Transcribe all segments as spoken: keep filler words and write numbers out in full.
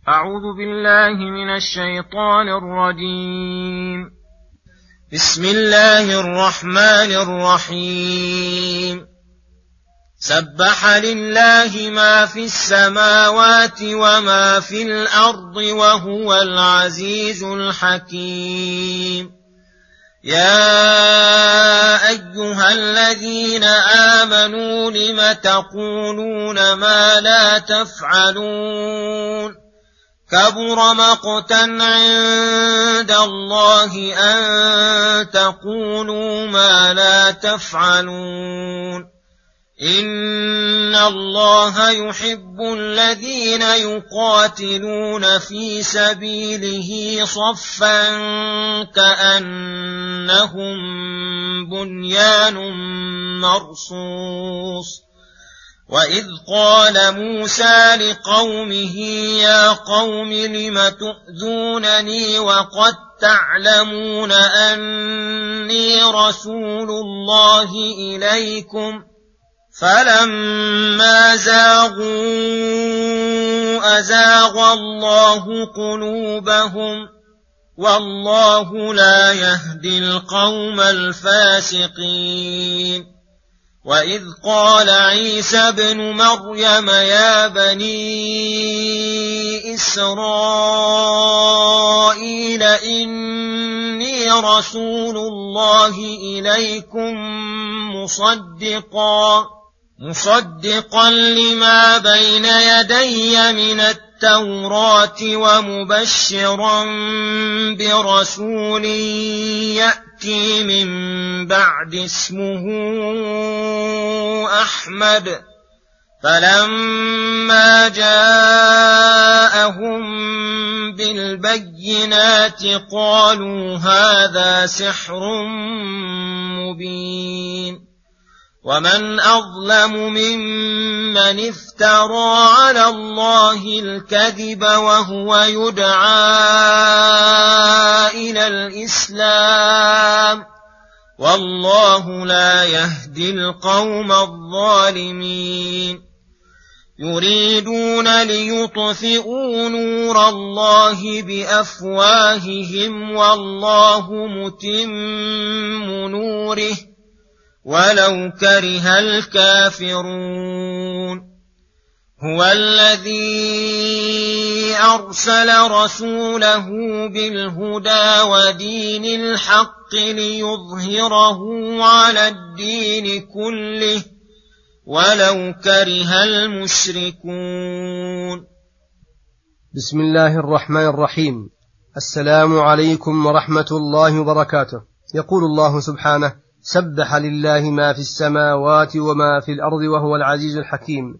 أعوذ بالله من الشيطان الرجيم. بسم الله الرحمن الرحيم. سبح لله ما في السماوات وما في الأرض وهو العزيز الحكيم. يا أيها الذين آمنوا لم تقولون ما لا تفعلون؟ كبر مقتا عند الله أن تقولوا ما لا تفعلون. إن الله يحب الذين يقاتلون في سبيله صفا كأنهم بنيان مرصوص. وإذ قال موسى لقومه يا قوم لم تؤذونني وقد تعلمون أني رسول الله إليكم؟ فلما زاغوا أزاغ الله قلوبهم والله لا يهدي القوم الفاسقين. وإذ قال عيسى ابن مريم يا بني إسرائيل إني رسول الله إليكم مصدقا مصدقا لما بين يدي من التوراة ومبشرا برسول يأتي من بعد اسمه أحمد. فلما جاءهم بالبينات قالوا هذا سحر مبين. ومن أظلم ممن افترى على الله الكذب وهو يدعى إلى الإسلام والله لا يهدي القوم الظالمين. يريدون ليطفئوا نور الله بأفواههم والله متم نوره ولو كره الكافرون. هو الذي أرسل رسوله بالهدى ودين الحق ليظهره على الدين كله ولو كره المشركون. بسم الله الرحمن الرحيم. السلام عليكم ورحمة الله وبركاته. يقول الله سبحانه: سبح لله ما في السماوات وما في الأرض وهو العزيز الحكيم.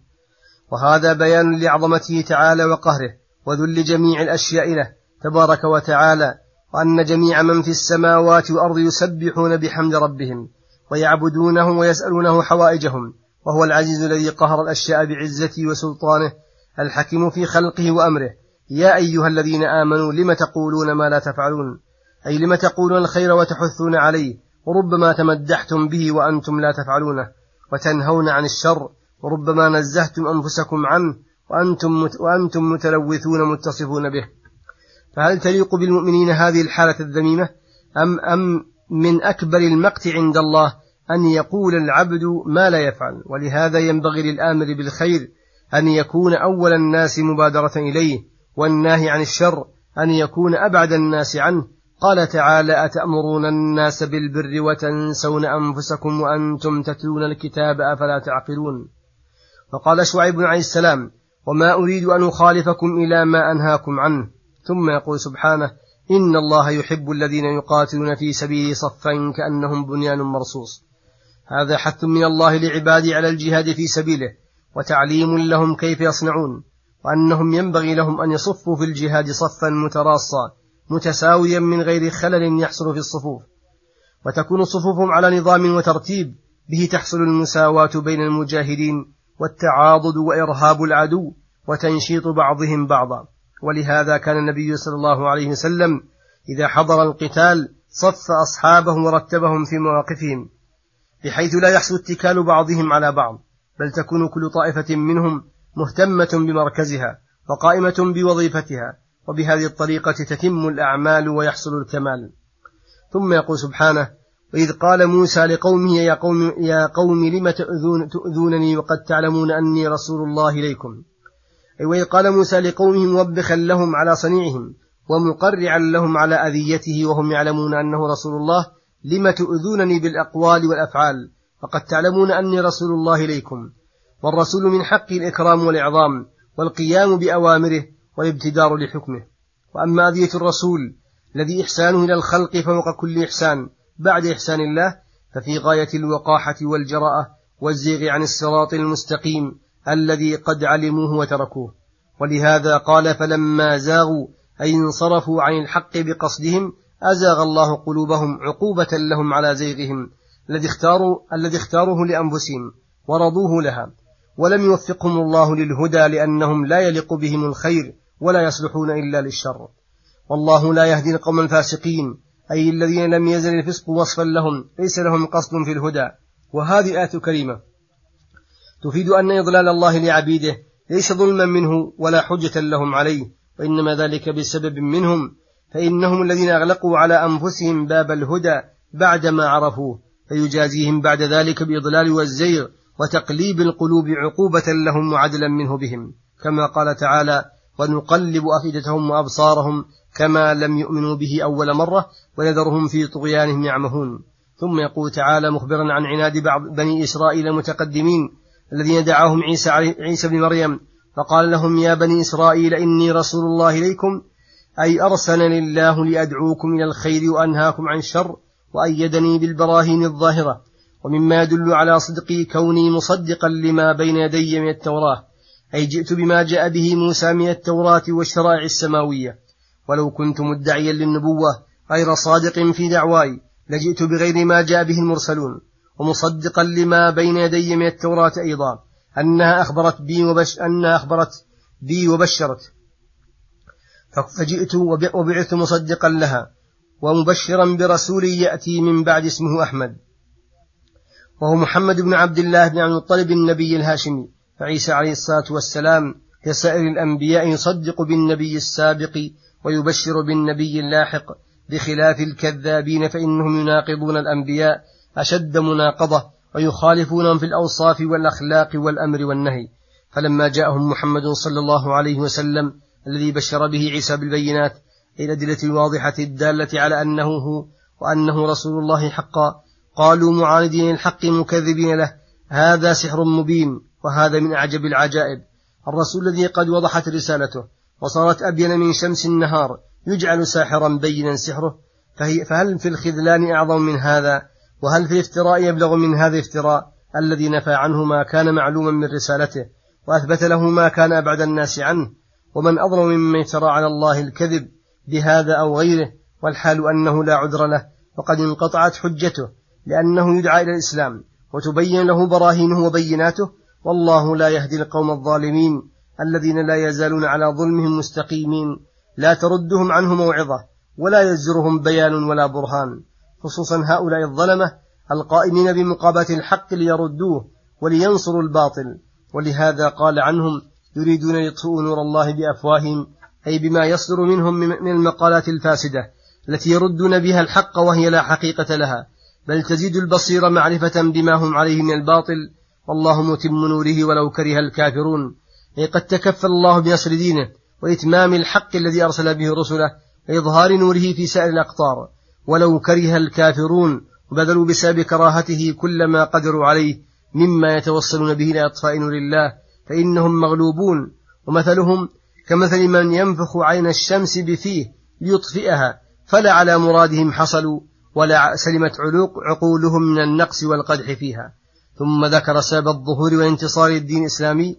وهذا بيان لعظمته تعالى وقهره وذل جميع الأشياء له تبارك وتعالى، وأن جميع من في السماوات والأرض يسبحون بحمد ربهم ويعبدونه ويسألونه حوائجهم، وهو العزيز الذي قهر الأشياء بعزته وسلطانه، الحكيم في خلقه وأمره. يا أيها الذين آمنوا لم تقولون ما لا تفعلون، أي لم تقولون الخير وتحثون عليه، وربما تمدحتم به وأنتم لا تفعلونه، وتنهون عن الشر وربما نزهتم أنفسكم عنه وأنتم, وأنتم متلوثون متصفون به. فهل تليق بالمؤمنين هذه الحالة الذميمة؟ أم, أم من أكبر المقت عند الله أن يقول العبد ما لا يفعل؟ ولهذا ينبغي للآمر بالخير أن يكون أول الناس مبادرة إليه، والناهي عن الشر أن يكون أبعد الناس عنه. قال تعالى: أتأمرون الناس بالبر وتنسون أنفسكم وأنتم تتلون الكتاب أفلا تعقلون. وقال شعيب عليه السلام: وما أريد أن أخالفكم إلى ما أنهاكم عنه. ثم يقول سبحانه: إن الله يحب الذين يقاتلون في سبيله صفا كأنهم بنيان مرصوص. هذا حث من الله لعباده على الجهاد في سبيله، وتعليم لهم كيف يصنعون، وأنهم ينبغي لهم أن يصفوا في الجهاد صفا متراصا متساويا من غير خلل يحصل في الصفوف، وتكون صفوفهم على نظام وترتيب به تحصل المساواة بين المجاهدين والتعاضد وإرهاب العدو وتنشيط بعضهم بعضا. ولهذا كان النبي صلى الله عليه وسلم إذا حضر القتال صف أصحابه ورتبهم في مواقفهم بحيث لا يحصل اتكال بعضهم على بعض، بل تكون كل طائفة منهم مهتمة بمركزها وقائمة بوظيفتها، وبهذه الطريقة تتم الأعمال ويحصل الكمال. ثم يقول سبحانه: وإذ قال موسى لقومه يا قوم, يا قوم لم تؤذون تؤذونني وقد تعلمون أني رسول الله إليكم. أي وإذ قال موسى لقومه موبخا لهم على صنيعهم ومقرعا لهم على أذيته وهم يعلمون أنه رسول الله: لم تؤذونني بالأقوال والأفعال وقد تعلمون أني رسول الله إليكم. والرسول من حق الإكرام والإعظام والقيام بأوامره والابتدار لحكمه. وأما أذية الرسول الذي إحسانه إلى الخلق فوق كل إحسان بعد إحسان الله ففي غاية الوقاحة والجراءة والزيغ عن الصراط المستقيم الذي قد علموه وتركوه. ولهذا قال: فلما زاغوا أي انصرفوا عن الحق بقصدهم أزاغ الله قلوبهم عقوبة لهم على زيغهم الذي اختاروا الذي اختاروه لأنفسهم ورضوه لها، ولم يوفقهم الله للهدى لأنهم لا يليق بهم الخير ولا يصلحون إلا للشر. والله لا يهدي القوم الفاسقين، أي الذين لم يزل الفسق وصفا لهم ليس لهم قصد في الهدى. وهذه آية كريمة تفيد أن إضلال الله لعبيده ليس ظلما منه ولا حجة لهم عليه، وإنما ذلك بسبب منهم، فإنهم الذين أغلقوا على أنفسهم باب الهدى بعدما عرفوه، فيجازيهم بعد ذلك بإضلال والزيغ وتقليب القلوب عقوبة لهم وعدلا منه بهم، كما قال تعالى: ونقلب أفئدتهم وأبصارهم كما لم يؤمنوا به أول مرة ونذرهم في طغيانهم يعمهون. ثم يقول تعالى مخبرا عن عناد بعض بني إسرائيل المتقدمين الذين دعاهم عيسى, عيسى بن مريم فقال لهم: يا بني إسرائيل إني رسول الله إليكم، أي أرسلني الله لأدعوكم إلى الخير وأنهاكم عن الشر، وأيدني بالبراهين الظاهرة. ومما يدل على صدقي كوني مصدقا لما بين يدي من التوراة، أي جئت بما جاء به موسى من التوراة والشرائع السماوية. ولو كنت مدعيا للنبوة غير صادق في دعواي لجئت بغير ما جاء به المرسلون، ومصدقا لما بين يدي من التوراة أيضا أنها أخبرت بي, وبش أنها أخبرت بي وبشرت، فجئت وبعثت مصدقا لها ومبشرا برسول يأتي من بعد اسمه أحمد، وهو محمد بن عبد الله بن عبد المطلب النبي الهاشمي. فعيسى عليه الصلاة والسلام كسائر الأنبياء يصدق بالنبي السابق ويبشر بالنبي اللاحق، بخلاف الكذابين فإنهم يناقضون الأنبياء أشد مناقضة ويخالفونهم في الأوصاف والأخلاق والأمر والنهي. فلما جاءهم محمد صلى الله عليه وسلم الذي بشر به عيسى بالبينات إلى الأدلة الواضحة الدالة على أنه هو وأنه رسول الله حقا، قالوا معاندين الحق مكذبين له: هذا سحر مبين. وهذا من أعجب العجائب، الرسول الذي قد وضحت رسالته وصارت أبين من شمس النهار يجعل ساحرا بينا سحره، فهي فهل في الخذلان أعظم من هذا؟ وهل في الافتراء يبلغ من هذا الافتراء الذي نفى عنه ما كان معلوما من رسالته وأثبت له ما كان أبعد الناس عنه؟ ومن أظلم ممن افترى على الله الكذب بهذا أو غيره، والحال أنه لا عذر له وقد انقطعت حجته، لأنه يدعى إلى الإسلام وتبين له براهينه وبيناته. والله لا يهدي القوم الظالمين الذين لا يزالون على ظلمهم مستقيمين، لا تردهم عنه موعظة ولا يزرهم بيان ولا برهان، خصوصا هؤلاء الظلمة القائمين بمقابلة الحق ليردوه ولينصروا الباطل. ولهذا قال عنهم: يريدون يطفئوا نور الله بأفواههم، أي بما يصدر منهم من المقالات الفاسدة التي يردون بها الحق وهي لا حقيقة لها، بل تزيد البصير معرفة بما هم عليه من الباطل. والله متم نوره ولو كره الكافرون، أي قد تكفل الله بنصر دينه وإتمام الحق الذي أرسل به رسله وإظهار نوره في سائر الأقطار، ولو كره الكافرون وبذلوا بسبب كراهته كل ما قدروا عليه مما يتوصلون به إلى إطفاء نور الله فإنهم مغلوبون. ومثلهم كمثل من ينفخ عين الشمس بفيه ليطفئها، فلا على مرادهم حصلوا ولا سلمت عقولهم من النقص والقدح فيها. ثم ذكر سبب الظهور والانتصار الدين الإسلامي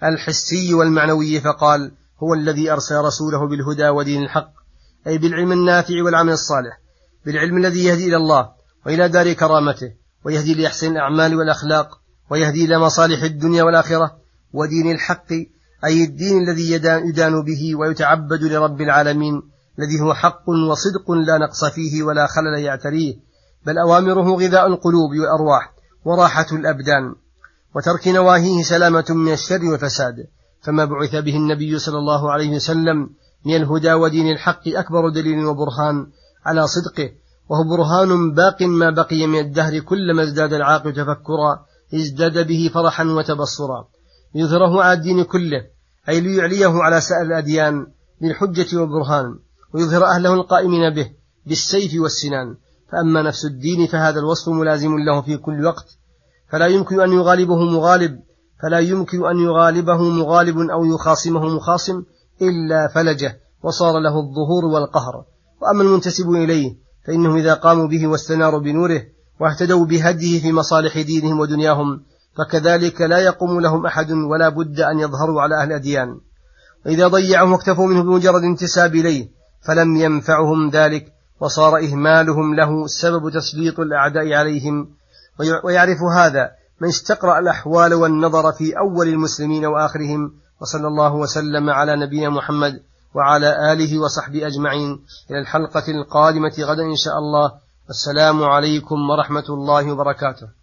الحسي والمعنوي، فقال: هو الذي أرسل رسوله بالهدى ودين الحق، أي بالعلم النافع والعمل الصالح، بالعلم الذي يهدي إلى الله وإلى دار كرامته، ويهدي لأحسن الأعمال والأخلاق، ويهدي إلى مصالح الدنيا والآخرة، ودين الحق أي الدين الذي يدان به ويتعبد لرب العالمين، الذي هو حق وصدق لا نقص فيه ولا خلل يعتريه، بل أوامره غذاء القلوب والأرواح وراحة الأبدان، وترك نواهيه سلامة من الشر والفساد. فما بعث به النبي صلى الله عليه وسلم من الهدى ودين الحق أكبر دليل وبرهان على صدقه، وهو برهان باق ما بقي من الدهر، كلما ازداد العاقل تفكرا ازداد به فرحا وتبصرا، يظهره على الدين كله، أي ليعليه على سائر الأديان بالحجة والبرهان، ويظهر أهله القائمين به بالسيف والسنان. فأما نفس الدين فهذا الوصف ملازم له في كل وقت، فلا يمكن أن يغالبه مغالب فلا يمكن أن يغالبه مغالب أو يخاصمه مخاصم إلا فلجه وصار له الظهور والقهر. وأما المنتسب إليه فإنه إذا قاموا به واستناروا بنوره واهتدوا بهديه في مصالح دينهم ودنياهم فكذلك لا يقوم لهم أحد ولا بد أن يظهروا على أهل الأديان. وإذا ضيعوا واكتفوا منه بمجرد انتساب إليه فلم ينفعهم ذلك، وصار إهمالهم له سبب تسليط الأعداء عليهم. ويعرف هذا من استقرأ الأحوال والنظر في أول المسلمين وآخرهم. وصلى الله وسلم على نبينا محمد وعلى آله وصحبه أجمعين. إلى الحلقة القادمة غدا إن شاء الله. السلام عليكم ورحمة الله وبركاته.